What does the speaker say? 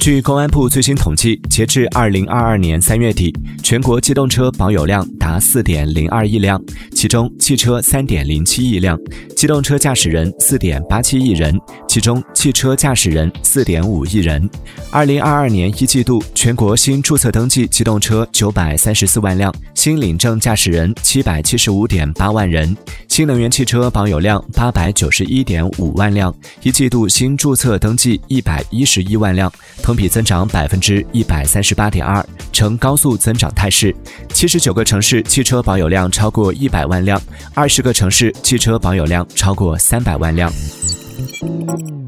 据公安部最新统计，截至2022年3月底，全国机动车保有量达 4.02 亿辆，其中汽车 3.07 亿辆，机动车驾驶人 4.87 亿人，其中汽车驾驶人 4.5亿人。2022年一季度，全国新注册登记机动车934万辆，新领证驾驶人 775.8 万人，新能源汽车保有量 891.5 万辆，一季度新注册登记111万辆，同比增长 138.2%， 呈高速增长态势。79个城市汽车保有量超过100万辆，20个城市汽车保有量超过300万辆。